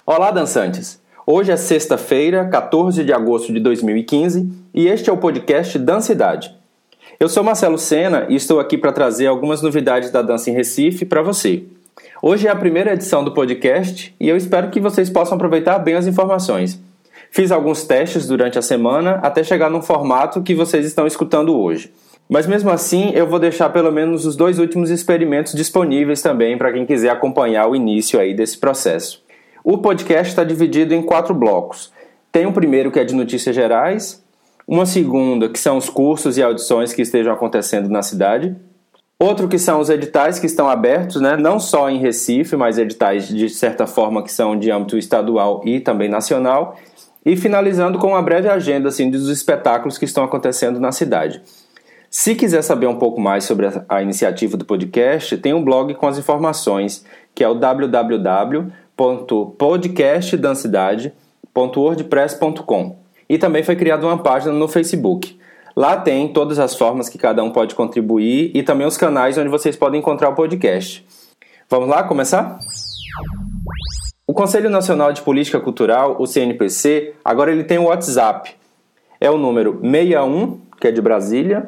Olá, dançantes! Hoje é sexta-feira, 14 de agosto de 2015 e este é o podcast Dancidade. Eu sou Marcelo Sena e estou aqui para trazer algumas novidades da dança em Recife para você. Hoje é a primeira edição do podcast e eu espero que vocês possam aproveitar bem as informações. Fiz alguns testes durante a semana até chegar num formato que vocês estão escutando hoje. Mas mesmo assim, eu vou deixar pelo menos os 2 últimos experimentos disponíveis também para quem quiser acompanhar o início aí desse processo. O podcast está dividido em 4 blocos. Tem um primeiro que é de notícias gerais, uma segunda que são os cursos e audições que estejam acontecendo na cidade, outro que são os editais que estão abertos, não só em Recife, mas editais de certa forma que são de âmbito estadual e também nacional, e finalizando com uma breve agenda dos espetáculos que estão acontecendo na cidade. Se quiser saber um pouco mais sobre a iniciativa do podcast, tem um blog com as informações, que é o www.podcastdancidade.wordpress.com. E também foi criada uma página no Facebook. Lá tem todas as formas que cada um pode contribuir e também os canais onde vocês podem encontrar o podcast. Vamos lá começar? O Conselho Nacional de Política Cultural, o CNPC, agora ele tem o WhatsApp. É o número 61, que é de Brasília,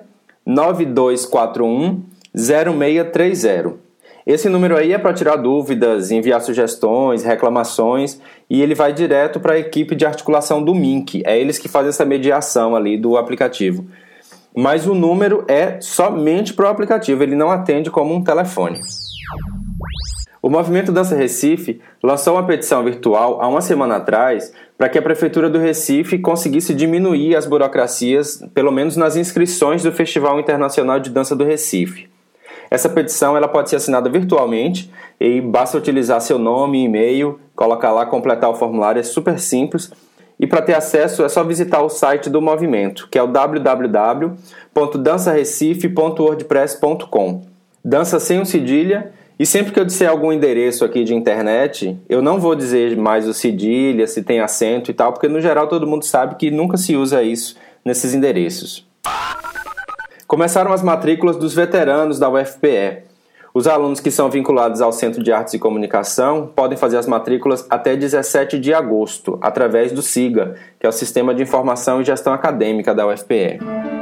9241-0630. Esse número aí é para tirar dúvidas, enviar sugestões, reclamações, e ele vai direto para a equipe de articulação do MINC. É eles que fazem essa mediação ali do aplicativo. Mas o número é somente para o aplicativo, ele não atende como um telefone. O Movimento Dança Recife lançou uma petição virtual há uma semana atrás para que a Prefeitura do Recife conseguisse diminuir as burocracias, pelo menos nas inscrições do Festival Internacional de Dança do Recife. Essa petição ela pode ser assinada virtualmente e basta utilizar seu nome e e-mail, colocar lá, completar o formulário, é super simples. E para ter acesso é só visitar o site do movimento, que é o www.dançarecife.wordpress.com. Dança sem o cedilha. E sempre que eu disser algum endereço aqui de internet, eu não vou dizer mais o cedilha, se tem acento e tal, porque no geral todo mundo sabe que nunca se usa isso nesses endereços. Começaram as matrículas dos veteranos da UFPE. Os alunos que são vinculados ao Centro de Artes e Comunicação podem fazer as matrículas até 17 de agosto, através do SIGA, que é o Sistema de Informação e Gestão Acadêmica da UFPE.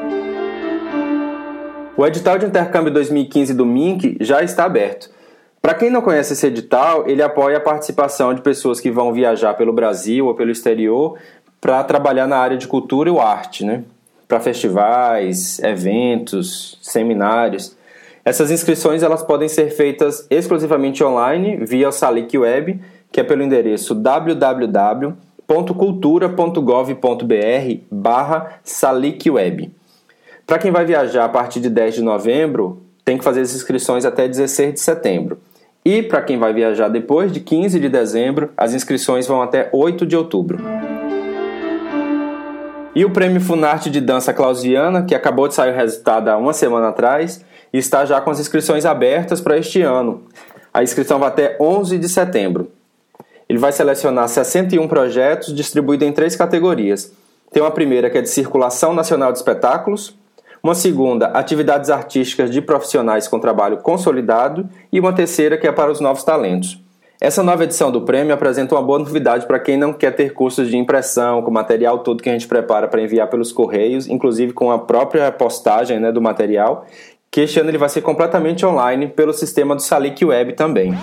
O edital de intercâmbio 2015 do MINC já está aberto. Para quem não conhece esse edital, ele apoia a participação de pessoas que vão viajar pelo Brasil ou pelo exterior para trabalhar na área de cultura e arte, para festivais, eventos, seminários. Essas inscrições elas podem ser feitas exclusivamente online via o Salic Web, que é pelo endereço www.cultura.gov.br/salicweb. Para quem vai viajar a partir de 10 de novembro, tem que fazer as inscrições até 16 de setembro. E para quem vai viajar depois de 15 de dezembro, as inscrições vão até 8 de outubro. E o Prêmio Funarte de Dança Clausiana, que acabou de sair o resultado há uma semana atrás, está já com as inscrições abertas para este ano. A inscrição vai até 11 de setembro. Ele vai selecionar 61 projetos distribuídos em 3 categorias. Tem uma primeira que é de circulação nacional de espetáculos, uma segunda, atividades artísticas de profissionais com trabalho consolidado e uma terceira que é para os novos talentos. Essa nova edição do prêmio apresenta uma boa novidade para quem não quer ter cursos de impressão, com o material todo que a gente prepara para enviar pelos correios, inclusive com a própria postagem do material, que este ano ele vai ser completamente online pelo sistema do Salic Web também.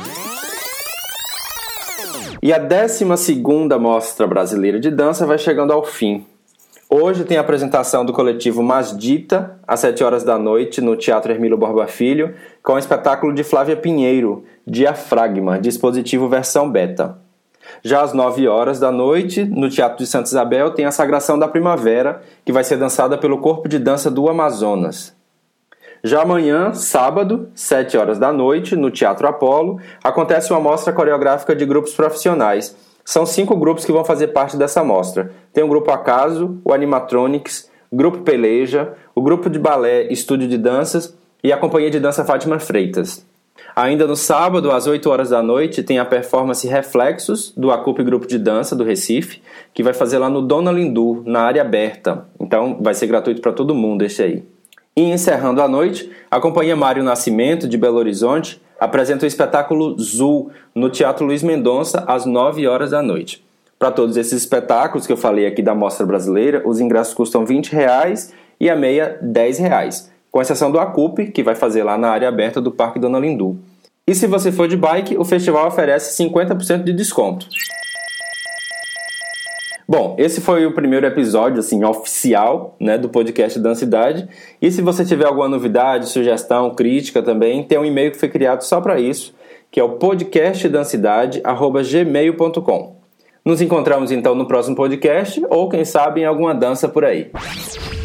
E a 12ª Mostra Brasileira de Dança vai chegando ao fim. Hoje tem a apresentação do coletivo Masdita, às 7 horas da noite, no Teatro Hermílio Borba Filho, com o espetáculo de Flávia Pinheiro, Diafragma, dispositivo versão beta. Já às 9 horas da noite, no Teatro de Santa Isabel, tem a Sagração da Primavera, que vai ser dançada pelo Corpo de Dança do Amazonas. Já amanhã, sábado, 7 horas da noite, no Teatro Apolo, acontece uma mostra coreográfica de grupos profissionais. São 5 grupos que vão fazer parte dessa mostra. Tem o Grupo Acaso, o Animatronics, o Grupo Peleja, o Grupo de Balé Estúdio de Danças e a Companhia de Dança Fátima Freitas. Ainda no sábado, às 8 horas da noite, tem a performance Reflexos, do Acup Grupo de Dança do Recife, que vai fazer lá no Dona Lindu, na área aberta. Então vai ser gratuito para todo mundo esse aí. E encerrando a noite, a Companhia Mário Nascimento, de Belo Horizonte, apresenta o espetáculo Zul no Teatro Luiz Mendonça às 9 horas da noite. Para todos esses espetáculos que eu falei aqui da Mostra Brasileira, os ingressos custam R$20 e a meia R$10, com exceção do Acupe, que vai fazer lá na área aberta do Parque Dona Lindu. E se você for de bike, o festival oferece 50% de desconto. Bom, esse foi o primeiro episódio oficial, do podcast Dancidade. E se você tiver alguma novidade, sugestão, crítica também, tem um e-mail que foi criado só para isso, que é o podcastdancidade@gmail.com. Nos encontramos então no próximo podcast ou quem sabe em alguma dança por aí.